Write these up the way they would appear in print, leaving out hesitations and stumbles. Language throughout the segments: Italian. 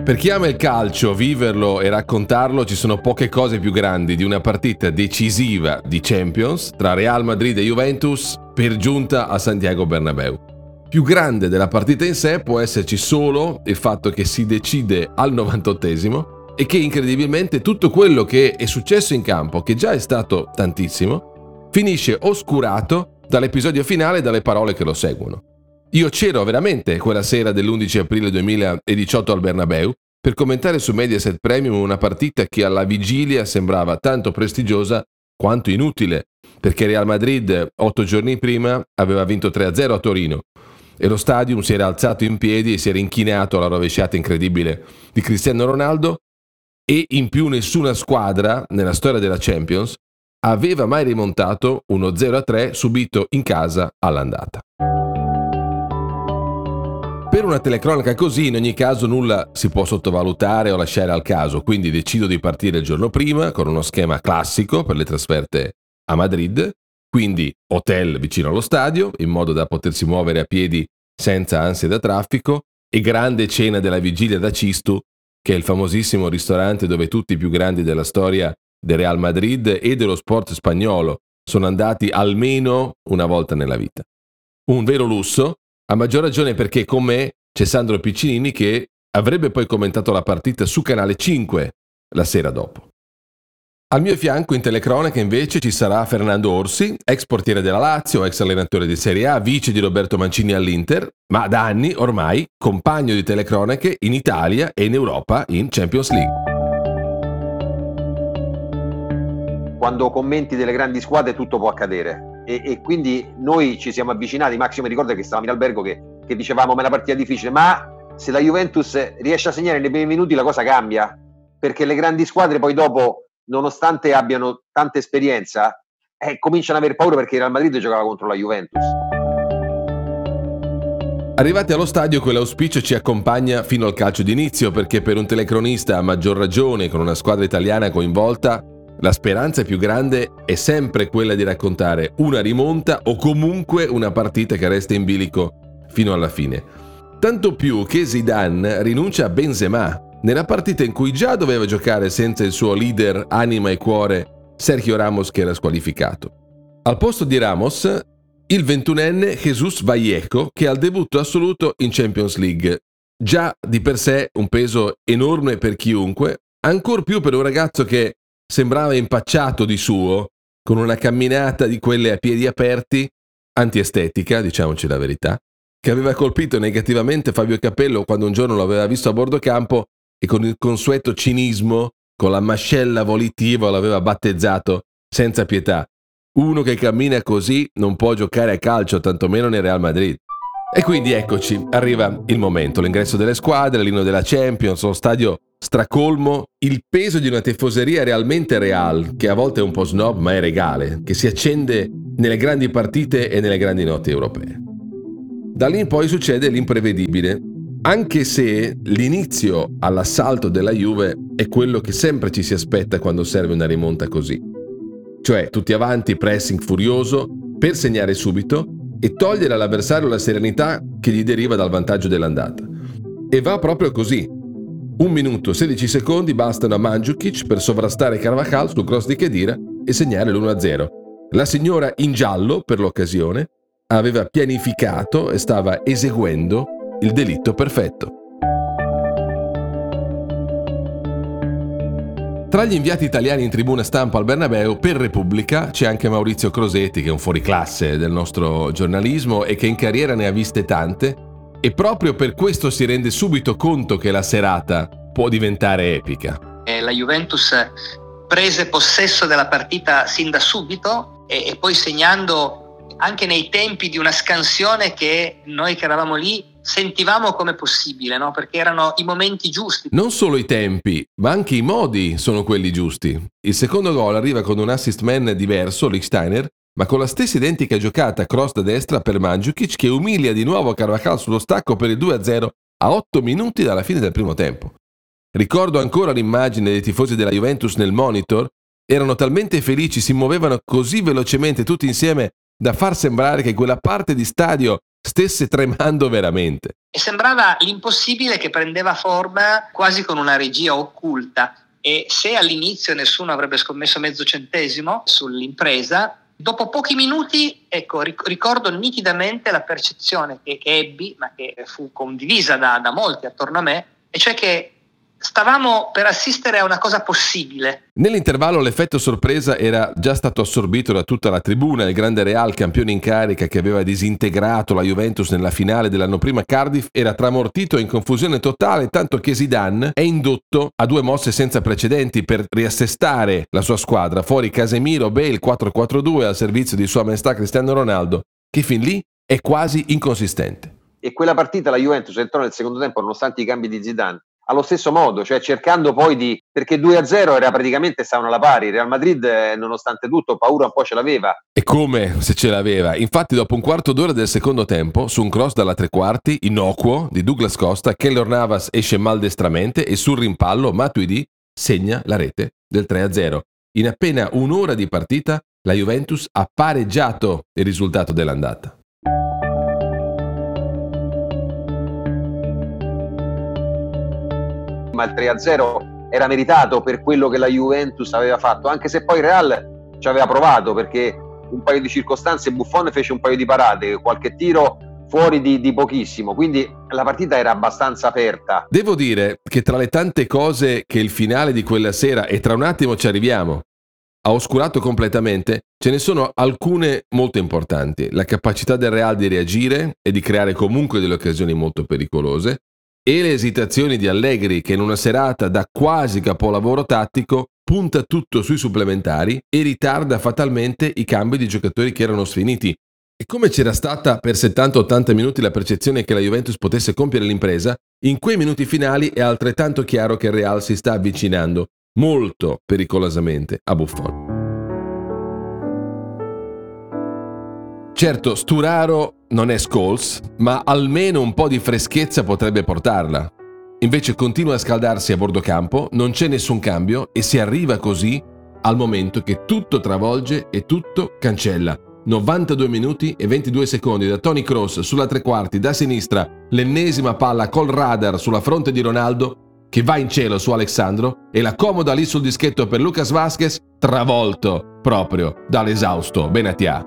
Per chi ama il calcio, viverlo e raccontarlo, ci sono poche cose più grandi di una partita decisiva di Champions tra Real Madrid e Juventus, per giunta a Santiago Bernabéu. Più grande della partita in sé può esserci solo il fatto che si decide al 98esimo e che incredibilmente tutto quello che è successo in campo, che già è stato tantissimo, finisce oscurato dall'episodio finale e dalle parole che lo seguono. Io c'ero veramente quella sera dell'11 aprile 2018 al Bernabéu per commentare su Mediaset Premium una partita che alla vigilia sembrava tanto prestigiosa quanto inutile, perché Real Madrid 8 giorni prima aveva vinto 3-0 a Torino e lo stadium si era alzato in piedi e si era inchinato alla rovesciata incredibile di Cristiano Ronaldo, e in più nessuna squadra nella storia della Champions aveva mai rimontato uno 0-3 subito in casa all'andata. Per una telecronaca così, in ogni caso, nulla si può sottovalutare o lasciare al caso, quindi decido di partire il giorno prima con uno schema classico per le trasferte a Madrid, quindi hotel vicino allo stadio, in modo da potersi muovere a piedi senza ansie da traffico, e grande cena della vigilia da Cistu, che è il famosissimo ristorante dove tutti i più grandi della storia del Real Madrid e dello sport spagnolo sono andati almeno una volta nella vita. Un vero lusso, a maggior ragione perché con me c'è Sandro Piccinini che avrebbe poi commentato la partita su Canale 5 la sera dopo. Al mio fianco in telecronaca invece ci sarà Fernando Orsi, ex portiere della Lazio, ex allenatore di Serie A, vice di Roberto Mancini all'Inter, ma da anni ormai compagno di telecronache in Italia e in Europa in Champions League. Quando commenti delle grandi squadre tutto può accadere. E quindi noi ci siamo avvicinati. Massimo mi ricorda che stavamo in albergo che dicevamo ma è una partita difficile, ma se la Juventus riesce a segnare nei primi minuti la cosa cambia, perché le grandi squadre poi dopo, nonostante abbiano tanta esperienza, cominciano ad aver paura, perché il Real Madrid giocava contro la Juventus. Arrivati allo stadio, quell'auspicio ci accompagna fino al calcio d'inizio, perché per un telecronista a maggior ragione con una squadra italiana coinvolta la speranza più grande è sempre quella di raccontare una rimonta o comunque una partita che resta in bilico fino alla fine. Tanto più che Zidane rinuncia a Benzema nella partita in cui già doveva giocare senza il suo leader anima e cuore Sergio Ramos, che era squalificato. Al posto di Ramos, il 21enne Jesus Vallejo, che ha il debutto assoluto in Champions League. Già di per sé un peso enorme per chiunque, ancor più per un ragazzo che sembrava impacciato di suo, con una camminata di quelle a piedi aperti, antiestetica, diciamoci la verità, che aveva colpito negativamente Fabio Capello quando un giorno lo aveva visto a bordo campo e con il consueto cinismo, con la mascella volitiva, l'aveva battezzato senza pietà. Uno che cammina così non può giocare a calcio, tantomeno nel Real Madrid. E quindi eccoci, arriva il momento, l'ingresso delle squadre, l'inno della Champions, lo stadio stracolmo, il peso di una tifoseria realmente real, che a volte è un po' snob ma è regale, che si accende nelle grandi partite e nelle grandi notti europee. Da lì in poi succede l'imprevedibile, anche se l'inizio all'assalto della Juve è quello che sempre ci si aspetta quando serve una rimonta così. Cioè tutti avanti, pressing furioso, per segnare subito e togliere all'avversario la serenità che gli deriva dal vantaggio dell'andata. E va proprio così. 1 minuto e 16 secondi bastano a Mandžukić per sovrastare Carvajal sul cross di Khedira e segnare l'1-0. La signora in giallo, per l'occasione, aveva pianificato e stava eseguendo il delitto perfetto. Tra gli inviati italiani in tribuna stampa al Bernabéu, per Repubblica, c'è anche Maurizio Crosetti, che è un fuoriclasse del nostro giornalismo e che in carriera ne ha viste tante, e proprio per questo si rende subito conto che la serata può diventare epica. La Juventus prese possesso della partita sin da subito e poi segnando anche nei tempi di una scansione che noi che eravamo lì sentivamo come possibile, no? Perché erano i momenti giusti. Non solo i tempi, ma anche i modi sono quelli giusti. Il secondo gol arriva con un assist man diverso, Lichtsteiner, ma con la stessa identica giocata cross da destra per Mandžukić, che umilia di nuovo Carvajal sullo stacco per il 2-0 a 8 minuti dalla fine del primo tempo. Ricordo ancora l'immagine dei tifosi della Juventus nel monitor, erano talmente felici, si muovevano così velocemente tutti insieme da far sembrare che quella parte di stadio stesse tremando veramente. E sembrava l'impossibile che prendeva forma quasi con una regia occulta. E se all'inizio nessuno avrebbe scommesso mezzo centesimo sull'impresa, dopo pochi minuti, ecco, ricordo nitidamente la percezione che ebbi, ma che fu condivisa da molti attorno a me, e cioè che stavamo per assistere a una cosa possibile. Nell'intervallo l'effetto sorpresa era già stato assorbito da tutta la tribuna. Il grande Real, campione in carica che aveva disintegrato la Juventus nella finale dell'anno prima a Cardiff, era tramortito in confusione totale, tanto che Zidane è indotto a 2 mosse senza precedenti per riassestare la sua squadra. Fuori Casemiro, Bale, 4-4-2 al servizio di Sua Maestà Cristiano Ronaldo, che fin lì è quasi inconsistente. E quella partita la Juventus entrò nel secondo tempo, nonostante i cambi di Zidane, allo stesso modo, cioè cercando poi perché 2-0 era praticamente, stavano alla pari. Real Madrid, nonostante tutto, paura un po' ce l'aveva. E come se ce l'aveva. Infatti dopo un quarto d'ora del secondo tempo, su un cross dalla tre quarti, innocuo, di Douglas Costa, Keylor Navas esce maldestramente e sul rimpallo Matuidi segna la rete del 3-0. In appena un'ora di partita la Juventus ha pareggiato il risultato dell'andata. Ma il 3-0 era meritato per quello che la Juventus aveva fatto, anche se poi il Real ci aveva provato, perché un paio di circostanze Buffon fece un paio di parate, qualche tiro fuori di pochissimo, quindi la partita era abbastanza aperta. Devo dire che tra le tante cose che il finale di quella sera, e tra un attimo ci arriviamo, ha oscurato completamente, ce ne sono alcune molto importanti. La capacità del Real di reagire e di creare comunque delle occasioni molto pericolose, e le esitazioni di Allegri, che in una serata da quasi capolavoro tattico punta tutto sui supplementari e ritarda fatalmente i cambi di giocatori che erano sfiniti. E come c'era stata per 70-80 minuti la percezione che la Juventus potesse compiere l'impresa, in quei minuti finali è altrettanto chiaro che il Real si sta avvicinando molto pericolosamente a Buffon. Certo, Sturaro non è Scholes, ma almeno un po' di freschezza potrebbe portarla. Invece continua a scaldarsi a bordo campo, non c'è nessun cambio e si arriva così al momento che tutto travolge e tutto cancella. 92 minuti e 22 secondi da Toni Kroos sulla tre quarti da sinistra, l'ennesima palla col radar sulla fronte di Ronaldo che va in cielo su Alexandro e la comoda lì sul dischetto per Lucas Vázquez, travolto proprio dall'esausto Benatia.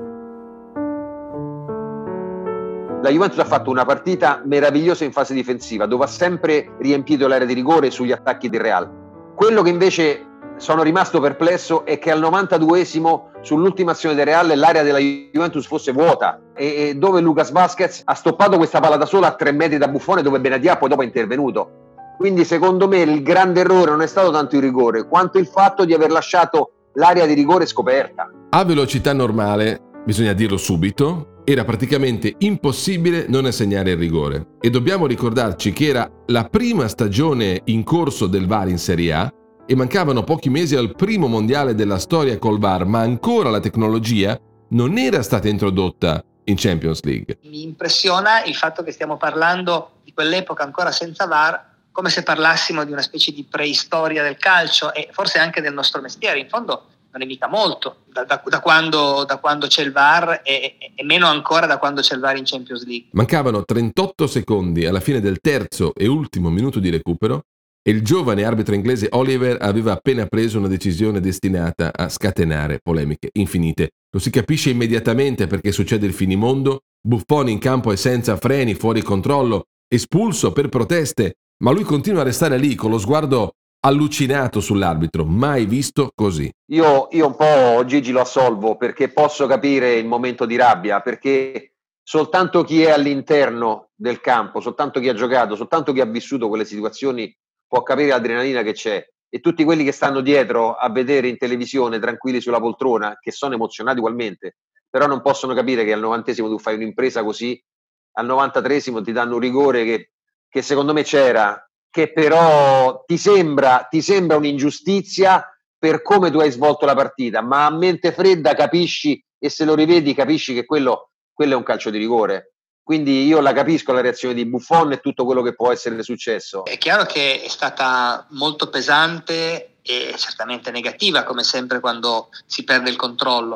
La Juventus ha fatto una partita meravigliosa in fase difensiva, dove ha sempre riempito l'area di rigore sugli attacchi del Real. Quello che invece sono rimasto perplesso è che al 92esimo, sull'ultima azione del Real, l'area della Juventus fosse vuota e dove Lucas Vázquez ha stoppato questa palla da sola a 3 metri da Buffone, dove Benatia poi dopo è intervenuto. Quindi secondo me il grande errore non è stato tanto il rigore quanto il fatto di aver lasciato l'area di rigore scoperta. A velocità normale, bisogna dirlo subito, era praticamente impossibile non assegnare il rigore. E dobbiamo ricordarci che era la prima stagione in corso del VAR in Serie A e mancavano pochi mesi al primo mondiale della storia col VAR, ma ancora la tecnologia non era stata introdotta in Champions League. Mi impressiona il fatto che stiamo parlando di quell'epoca ancora senza VAR, come se parlassimo di una specie di preistoria del calcio e forse anche del nostro mestiere. In fondo non è mica molto da quando c'è il VAR e meno ancora da quando c'è il VAR in Champions League. Mancavano 38 secondi alla fine del terzo e ultimo minuto di recupero e il giovane arbitro inglese Oliver aveva appena preso una decisione destinata a scatenare polemiche infinite. Lo si capisce immediatamente perché succede il finimondo, Buffon in campo e senza freni, fuori controllo, espulso per proteste, ma lui continua a restare lì con lo sguardo allucinato sull'arbitro, mai visto così. Io un po' Gigi lo assolvo perché posso capire il momento di rabbia, perché soltanto chi è all'interno del campo, soltanto chi ha giocato, soltanto chi ha vissuto quelle situazioni può capire l'adrenalina che c'è, e tutti quelli che stanno dietro a vedere in televisione tranquilli sulla poltrona, che sono emozionati ugualmente, però non possono capire che al 90esimo tu fai un'impresa così, al 93esimo ti danno un rigore che secondo me c'era, che però ti sembra un'ingiustizia per come tu hai svolto la partita, ma a mente fredda capisci, e se lo rivedi capisci che quello è un calcio di rigore. Quindi io la capisco la reazione di Buffon e tutto quello che può essere successo. È chiaro che è stata molto pesante e certamente negativa, come sempre quando si perde il controllo,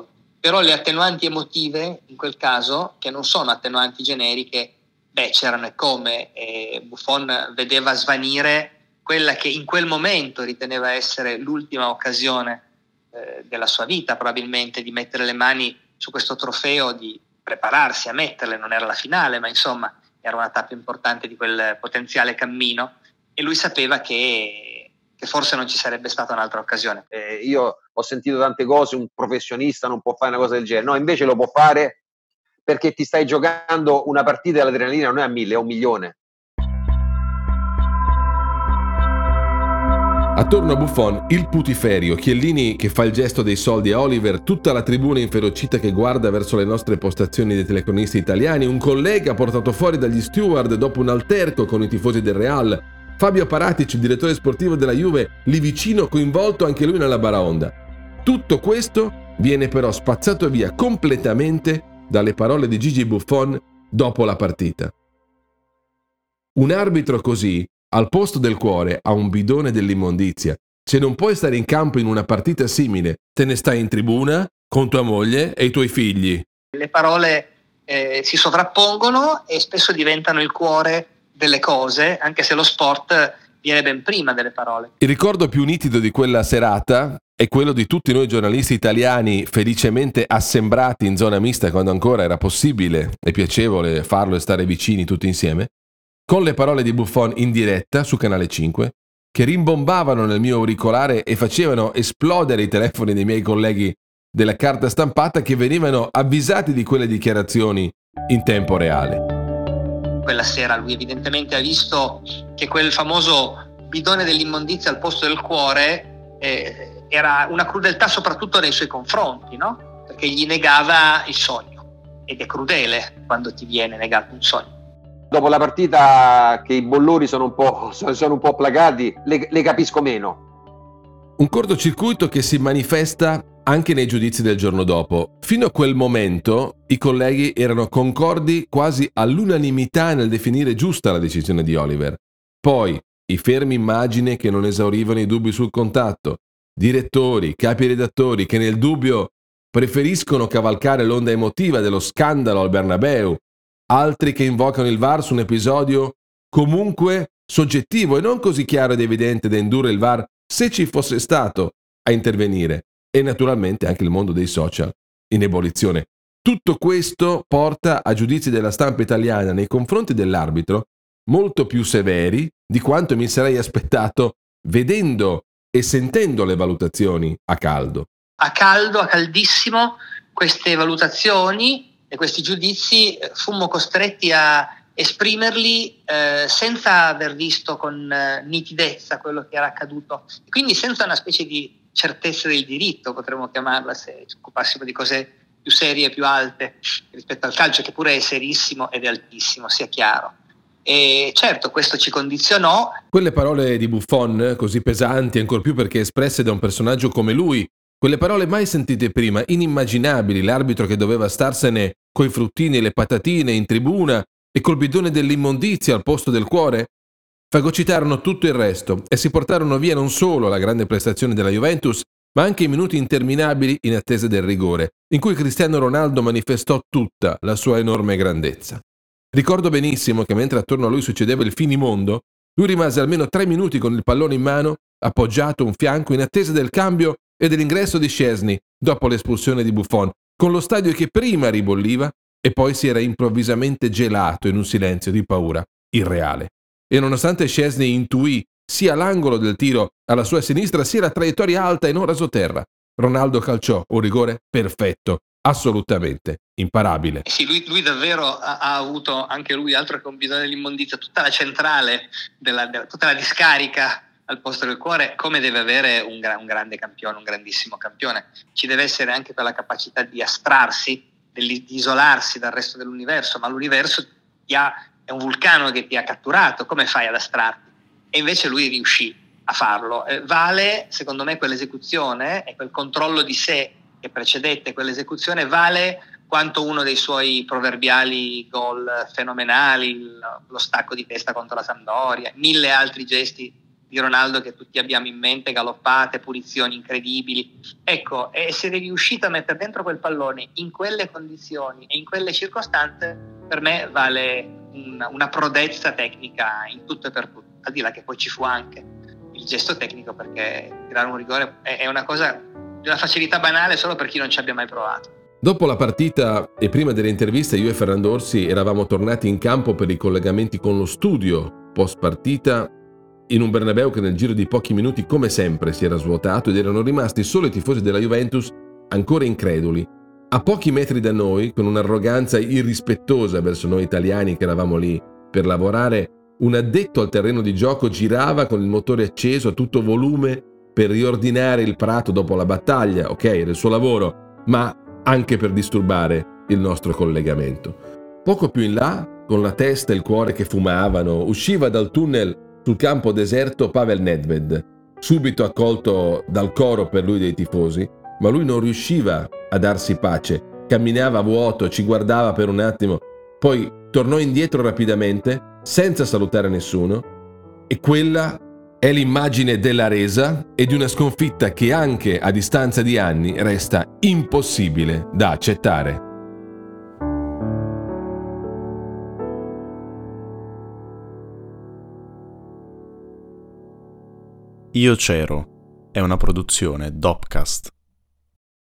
però le attenuanti emotive in quel caso, che non sono attenuanti generiche, c'erano e come. Buffon vedeva svanire quella che in quel momento riteneva essere l'ultima occasione della sua vita, probabilmente, di mettere le mani su questo trofeo, di prepararsi a metterle. Non era la finale, ma insomma era una tappa importante di quel potenziale cammino, e lui sapeva che forse non ci sarebbe stata un'altra occasione. Io ho sentito tante cose, un professionista non può fare una cosa del genere. No, invece lo può fare perché ti stai giocando una partita e l'adrenalina non è a 1000, è a 1.000.000. Attorno a Buffon, il putiferio, Chiellini che fa il gesto dei soldi a Oliver, tutta la tribuna inferocita che guarda verso le nostre postazioni dei telecronisti italiani, un collega portato fuori dagli steward dopo un alterco con i tifosi del Real, Fabio Paratici, il direttore sportivo della Juve, lì vicino, coinvolto anche lui nella baraonda. Tutto questo viene però spazzato via completamente dalle parole di Gigi Buffon dopo la partita. Un arbitro così, al posto del cuore, ha un bidone dell'immondizia. Se non puoi stare in campo in una partita simile, te ne stai in tribuna con tua moglie e i tuoi figli. Le parole si sovrappongono e spesso diventano il cuore delle cose, anche se lo sport viene ben prima delle parole. Il ricordo più nitido di quella serata è quello di tutti noi giornalisti italiani felicemente assembrati in zona mista quando ancora era possibile e piacevole farlo e stare vicini tutti insieme, con le parole di Buffon in diretta su Canale 5, che rimbombavano nel mio auricolare e facevano esplodere i telefoni dei miei colleghi della carta stampata, che venivano avvisati di quelle dichiarazioni in tempo reale. Quella sera lui evidentemente ha visto che quel famoso bidone dell'immondizia al posto del cuore era una crudeltà soprattutto nei suoi confronti, no? Perché gli negava il sogno, ed è crudele quando ti viene negato un sogno. Dopo la partita che i bollori sono un po' placati, le capisco meno. Un cortocircuito che si manifesta anche nei giudizi del giorno dopo. Fino a quel momento i colleghi erano concordi quasi all'unanimità nel definire giusta la decisione di Oliver. Poi i fermi immagine che non esaurivano i dubbi sul contatto, direttori, capi redattori che nel dubbio preferiscono cavalcare l'onda emotiva dello scandalo al Bernabeu, altri che invocano il VAR su un episodio comunque soggettivo e non così chiaro ed evidente da indurre il VAR, se ci fosse stato, a intervenire, e naturalmente anche il mondo dei social in ebollizione. Tutto questo porta a giudizi della stampa italiana nei confronti dell'arbitro molto più severi di quanto mi sarei aspettato vedendo e sentendo le valutazioni a caldo. A caldo, a caldissimo, queste valutazioni e questi giudizi fummo costretti a esprimerli senza aver visto con nitidezza quello che era accaduto, quindi senza una specie di certezza del diritto, potremmo chiamarla, se ci occupassimo di cose più serie e più alte rispetto al calcio, che pure è serissimo ed è altissimo, sia chiaro. E certo, questo ci condizionò. Quelle parole di Buffon, così pesanti, ancor più perché espresse da un personaggio come lui, quelle parole mai sentite prima, inimmaginabili, l'arbitro che doveva starsene coi fruttini e le patatine in tribuna e col bidone dell'immondizia al posto del cuore, fagocitarono tutto il resto e si portarono via non solo la grande prestazione della Juventus, ma anche i minuti interminabili in attesa del rigore, in cui Cristiano Ronaldo manifestò tutta la sua enorme grandezza. Ricordo benissimo che mentre attorno a lui succedeva il finimondo, lui rimase almeno 3 minuti con il pallone in mano, appoggiato a un fianco in attesa del cambio e dell'ingresso di Szczęsny dopo l'espulsione di Buffon, con lo stadio che prima ribolliva e poi si era improvvisamente gelato in un silenzio di paura irreale. E nonostante Szczęsny intuì sia l'angolo del tiro alla sua sinistra sia la traiettoria alta e non rasoterra, Ronaldo calciò un rigore perfetto, assolutamente imparabile. Sì, lui davvero ha avuto, anche lui, altro che un bidone dell'immondizia, tutta la centrale, tutta la discarica al posto del cuore, come deve avere un grande campione, un grandissimo campione. Ci deve essere anche quella capacità di astrarsi, di isolarsi dal resto dell'universo, ma l'universo è un vulcano che ti ha catturato, come fai ad astrarti? E invece lui riuscì a farlo. Vale, secondo me, quell'esecuzione e quel controllo di sé che precedette quell'esecuzione vale quanto uno dei suoi proverbiali gol fenomenali, lo stacco di testa contro la Sampdoria, 1000 altri gesti di Ronaldo che tutti abbiamo in mente, galoppate, punizioni incredibili. Ecco, essere riuscito a mettere dentro quel pallone in quelle condizioni e in quelle circostanze, per me vale una prodezza tecnica in tutto e per tutto, al di là che poi ci fu anche il gesto tecnico, perché tirare un rigore è una cosa di una facilità banale solo per chi non ci abbia mai provato. Dopo la partita e prima delle interviste, io e Ferrando Orsi eravamo tornati in campo per i collegamenti con lo studio post partita, in un Bernabéu che nel giro di pochi minuti, come sempre, si era svuotato ed erano rimasti solo i tifosi della Juventus ancora increduli. A pochi metri da noi, con un'arroganza irrispettosa verso noi italiani che eravamo lì per lavorare, un addetto al terreno di gioco girava con il motore acceso a tutto volume per riordinare il prato dopo la battaglia. Ok, era il suo lavoro, ma anche per disturbare il nostro collegamento. Poco più in là, con la testa e il cuore che fumavano, usciva dal tunnel sul campo deserto Pavel Nedved, subito accolto dal coro per lui dei tifosi, ma lui non riusciva a darsi pace, camminava a vuoto, ci guardava per un attimo, poi tornò indietro rapidamente, senza salutare nessuno, e quella è l'immagine della resa e di una sconfitta che anche a distanza di anni resta impossibile da accettare. Io c'ero è una produzione Dopcast.